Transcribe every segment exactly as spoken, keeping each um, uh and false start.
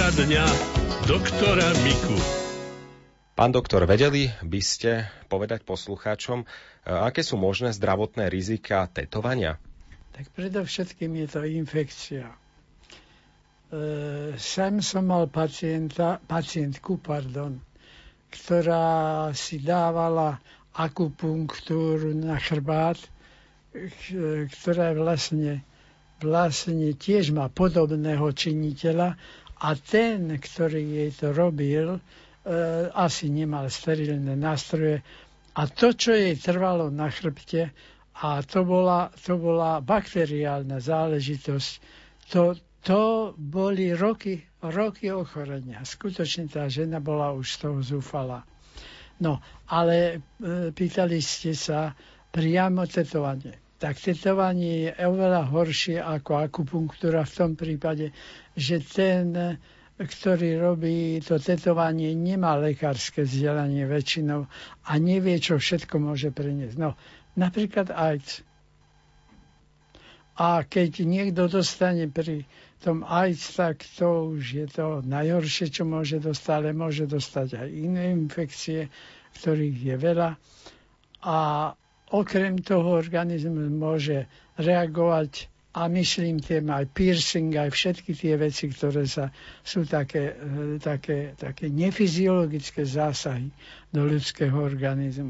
Otázka dňa doktora Miku. Pán doktor, vedeli by ste povedať poslucháčom, aké sú možné zdravotné rizika tetovania? Tak predovšetkým je to infekcia. E, sám som mal pacienta, pacientku, pardon, ktorá si dávala akupunktúru na chrbát, ktorá vlastne, vlastne tiež má podobného činiteľa a ten, ktorý jej to robil, e, asi nemal sterilné nástroje a to, čo jej trvalo na chrbte, a to bola, to bola bakteriálna záležitosť, to, to boli roky, roky ochorenia. Skutočne tá žena bola už z toho zúfala. No, ale e, pýtali ste sa priamo tetovanie. Tak tetovanie je oveľa horšie ako akupunktúra v tom prípade, že ten, ktorý robí to tetovanie, nemá lekárske vzdelanie väčšinou a nevie, čo všetko môže priniesť. No, napríklad AIDS. A keď niekto dostane pri tom AIDS, tak to už je to najhoršie, čo môže dostať, ale môže dostať aj iné infekcie, ktorých je veľa. A okrem toho organizmus môže reagovať a myslím tým aj piercing, aj všetky tie veci, ktoré sa, sú také, také, také nefyziologické zásahy do ľudského organizmu.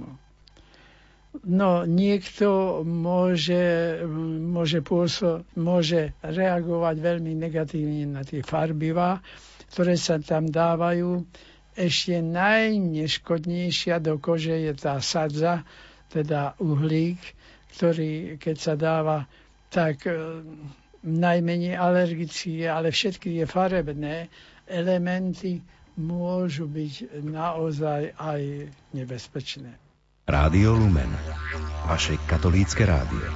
No, niekto môže, môže, pôso, môže reagovať veľmi negatívne na tie farbivá, ktoré sa tam dávajú. Ešte najneškodnejšia do kože je tá sadza, teda uhlík, ktorý keď sa dáva, tak e, najmenej alergický, ale všetky tie farebné elementy môžu byť naozaj aj nebezpečné. Rádio Lumen, vaše katolícke rádio.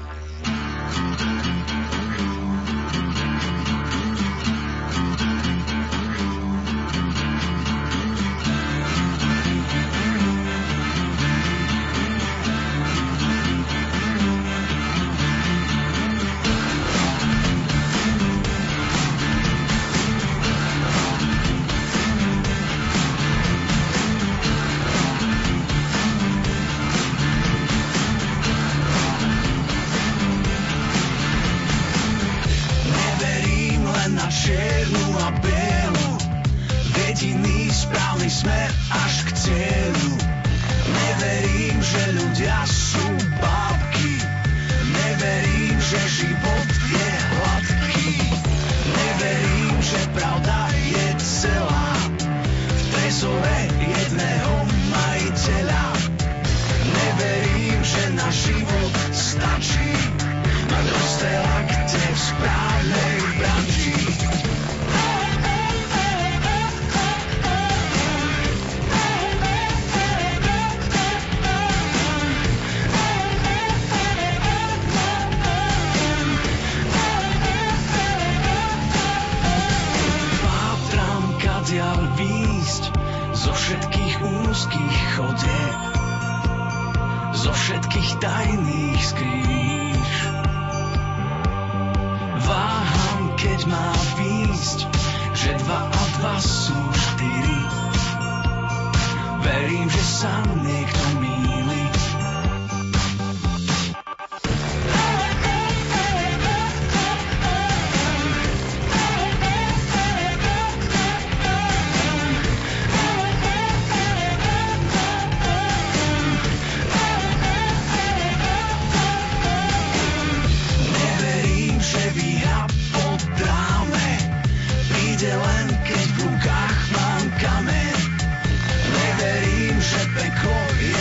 Len keď v rukách mám kameň, neverím, že peklo je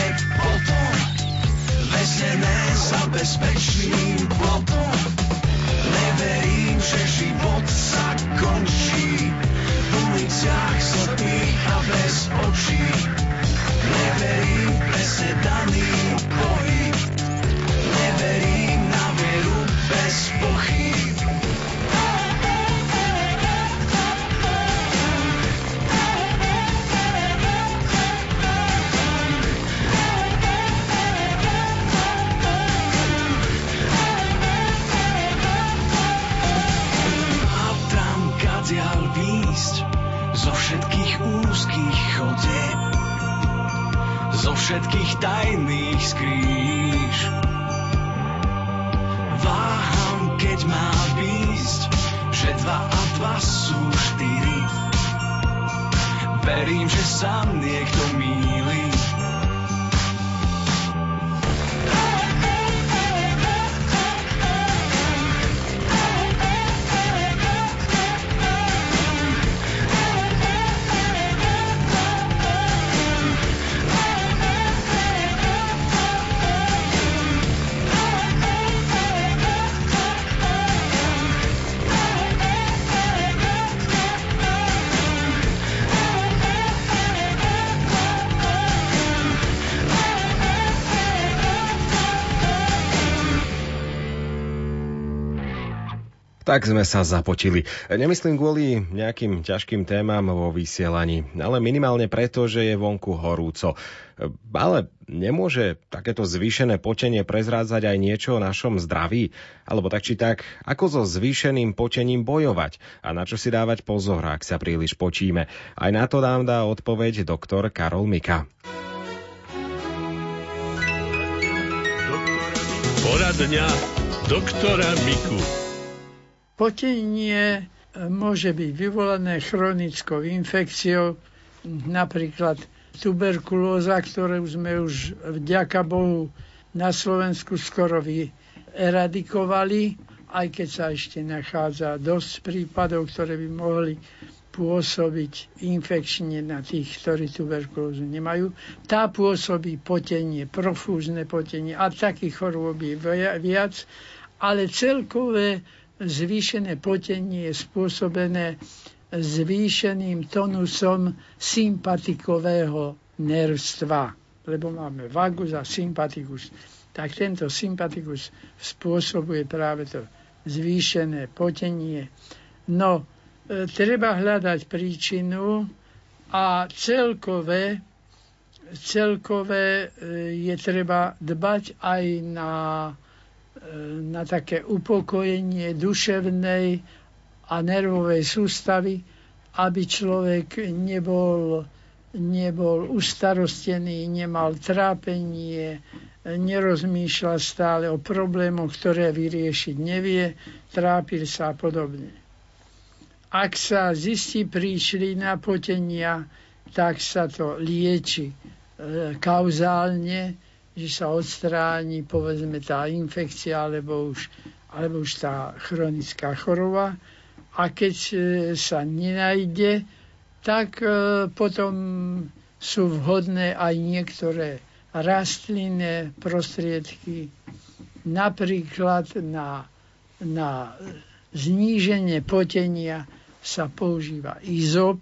tajných skrýš. Váham, keď má výjsť, že dva a dva sú štyri. Verím, že sa niekto mýli. Tak sme sa zapotili. Nemyslím kvôli nejakým ťažkým témam vo vysielaní, ale minimálne preto, že je vonku horúco. Ale nemôže takéto zvýšené potenie prezrádzať aj niečo o našom zdraví? Alebo tak či tak, ako so zvýšeným potením bojovať? A na čo si dávať pozor, ak sa príliš počíme? Aj na to nám dá odpoveď doktor Karol Mika. Poradňa doktora Miku. Potenie môže byť vyvolané chronickou infekciou, napríklad tuberkulóza, ktorú sme už vďaka Bohu na Slovensku skoro eradikovali, aj keď sa ešte nachádza dosť prípadov, ktoré by mohli pôsobiť infekčne na tých, ktorí tuberkulózu nemajú. Tá pôsobí potenie, profúzne potenie a takých chorôb je viac, ale celkové zvýšené potenie je spôsobené zvýšeným tonusom sympatikového nervstva, lebo máme vagus a sympatikus. Tak tento sympatikus spôsobuje práve to zvýšené potenie. No, e, treba hľadať príčinu a celkové, celkové e, je treba dbať aj na na také upokojenie duševnej a nervovej sústavy, aby človek nebol, nebol ustarostený, nemal trápenie, nerozmýšľal stále o problémoch, ktoré vyriešiť nevie, trápil sa a podobne. Ak sa zistí príčina potenia, tak sa to lieči kauzálne, že sa odstráni, povedzme, tá infekcia, alebo už, alebo už tá chronická choroba. A keď sa nenajde, tak potom sú vhodné aj niektoré rastlinné prostriedky, napríklad na, na zníženie potenia sa používa izop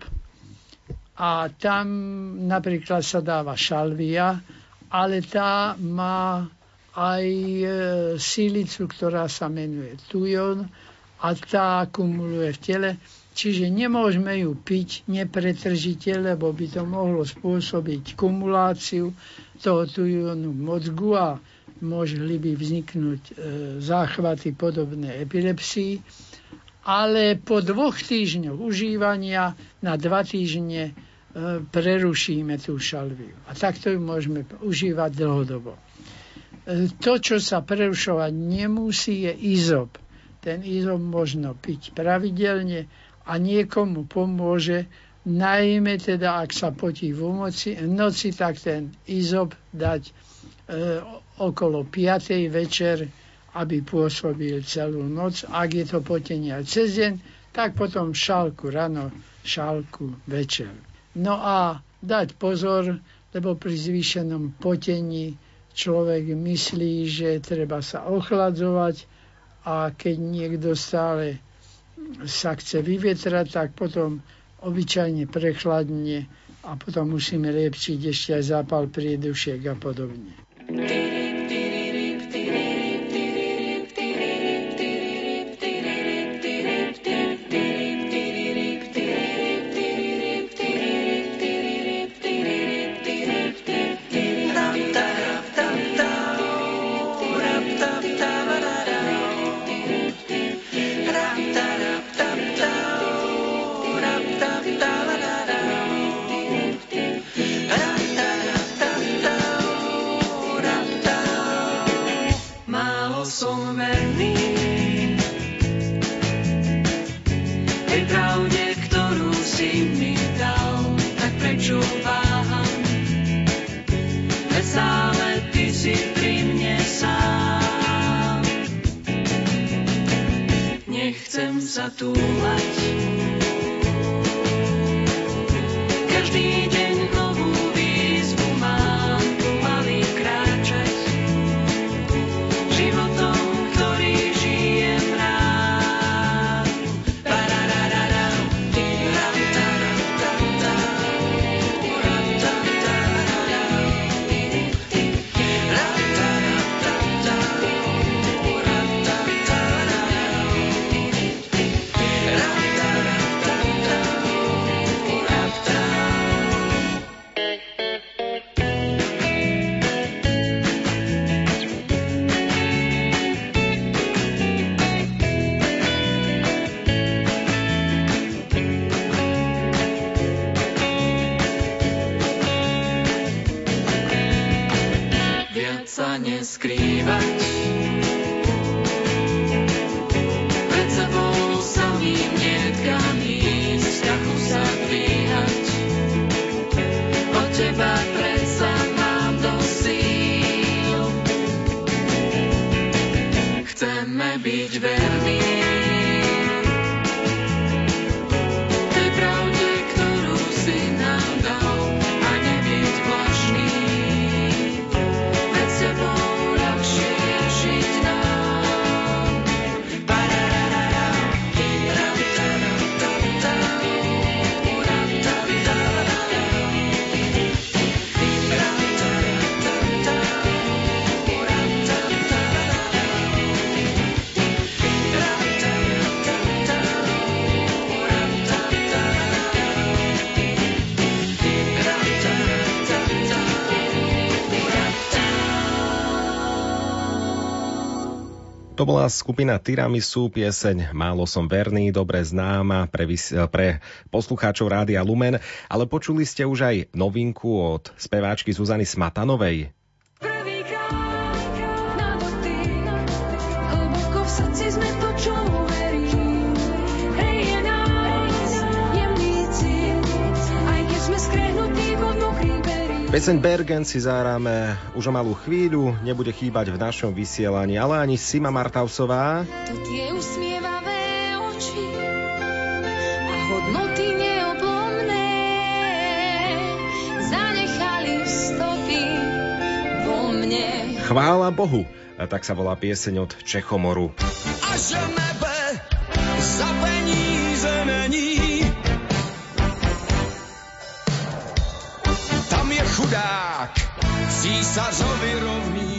a tam napríklad sa dáva šalvia, ale tá má aj e, silicu, ktorá sa menuje tujon a tá akumuluje v tele. Čiže nemôžeme ju piť nepretržite, lebo by to mohlo spôsobiť kumuláciu toho tujonu v mozgu a mohli by vzniknúť e, záchvaty podobné epilepsii. Ale po dvoch týždňoch užívania na dva týždne prerušíme tú šalviu. A takto ju môžeme užívať dlhodobo. To, čo sa prerušovať nemusí, je izop. Ten izop možno piť pravidelne a niekomu pomôže, najmä teda, ak sa potí v noci, noci tak ten izop dať e, okolo piatej večer, aby pôsobil celú noc. Ak je to potenie cez deň, tak potom šálku ráno, šálku večer. No a dať pozor, lebo pri zvýšenom potení človek myslí, že treba sa ochladzovať a keď niekto stále sa chce vyvetrať, tak potom obyčajne prechladne a potom musíme liečiť ešte aj zápal priedušiek a podobne. nechcem sa túlať. Každý deň novú výzvu mám pomaly kráčať životom, ktorý žijem rád. Pararararam, tiram, taram, tam, tam, uram, tam, tararam, ram, taram, tam, tam, uram, tam, tararam, ram, taram, tam, tam, uram, tam. Viac sa neskrývať, pred sebou samým netkám ísť, strachu sa dvíhať. Od teba predsa mám dosť síl. Chceme byť verní tej pravde, ktorú si nám dal, a nebyť vlašný. Veď s tebou ľahšie žiť nám. Pararararam, ram, taram, tam, tam, uram, tam, tararam, ram, taram, tam, tam, uram, tam, tararam, ram, taram, tam, tam, uram, tam, tararam, ram, taram, tam, tam, uram, tam. To bola skupina Tiramisu, pieseň Málo som verný, dobre známa pre, vys- pre poslucháčov Rádia Lumen, ale počuli ste už aj novinku od speváčky Zuzany Smatanovej. Prvýkrát na dotyk, hlboko v srdci sme to, čo verím. Hreje nás jemný cít, aj keď sme skrehnutí pod mokrým perím. Peseň Bergen si zahráme už o malú chvíľu, nebude chýbať v našom vysielaní, ale ani Sima Martausová. To tie usmievavé oči a hodnoty neoblomné zanechali stopy vo mne. Chvála Bohu, a tak sa volá pieseň od Čechomoru. A že nebe za peníze není, tam je chudák císařovi rovný.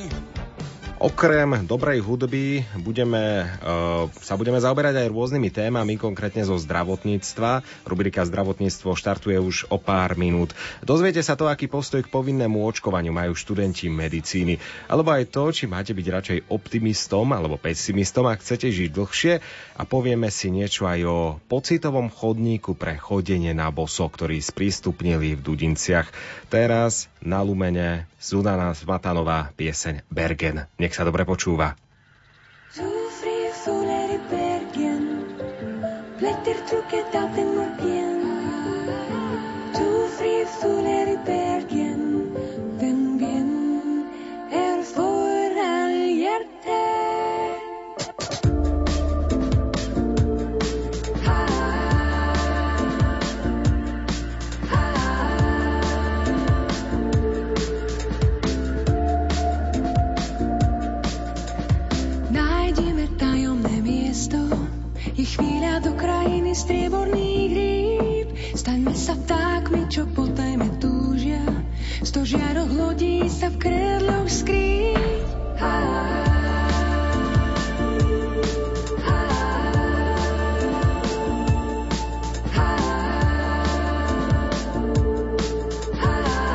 Okrem dobrej hudby budeme, uh, sa budeme zaoberať aj rôznymi témami, konkrétne zo zdravotníctva. Rubrika Zdravotníctvo štartuje už o pár minút. Dozviete sa to, aký postoj k povinnému očkovaniu majú študenti medicíny. Alebo aj to, či máte byť radšej optimistom alebo pesimistom, ak chcete žiť dlhšie. A povieme si niečo aj o pocitovom chodníku pre chodenie na boso, ktorý sprístupnili v Dudinciach. Teraz na Lumene Zuzana Smatanová, pieseň Bergen. Nech sa dobre počúva. Tu frie fuller i Bergen, blätter trukket av den muggen. Tu frie fuller i Bergen, den gen är för all hjärta. Je chvíľa do krajiny strieborných rýb. Staňme sa vtákmi, čo po téme túžia. Sto žiaroch lodí sa v kredloch skrýť. Ha, ha, ha, ha.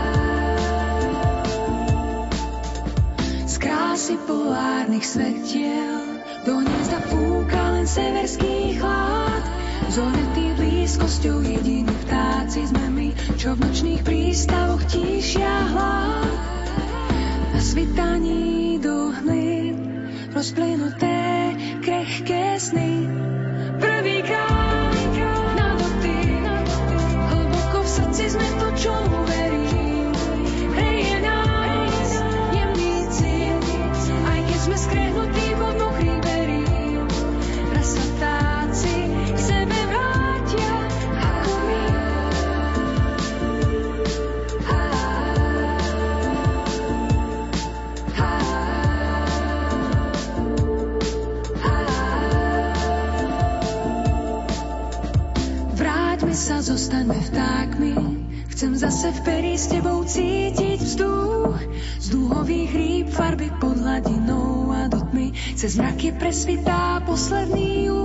Z krásy polárnych svetiel do hniezda fúka len severský chlad. Zoretý blízkosťou jediní vtáci sme my, čo v nočných prístavoch tíšia hlad. Na svitaní do hmyl rozplynuté krehké sny. Prvýkrát na dotyk, hlboko v srdci sme to, čo verím. Hreje nás jemný cít, aj keď sme skrehnutí pod mokrým perím. sa vtáci k sebe vrátia ako my. Ha, ha, ha. Vráťme sa, zostaňme vtákmi. Chcem zase v perí s tebou cítiť vzduch z dúhových rýb, farby pod hladinou a do tmy. Cez mraky presvitá posledný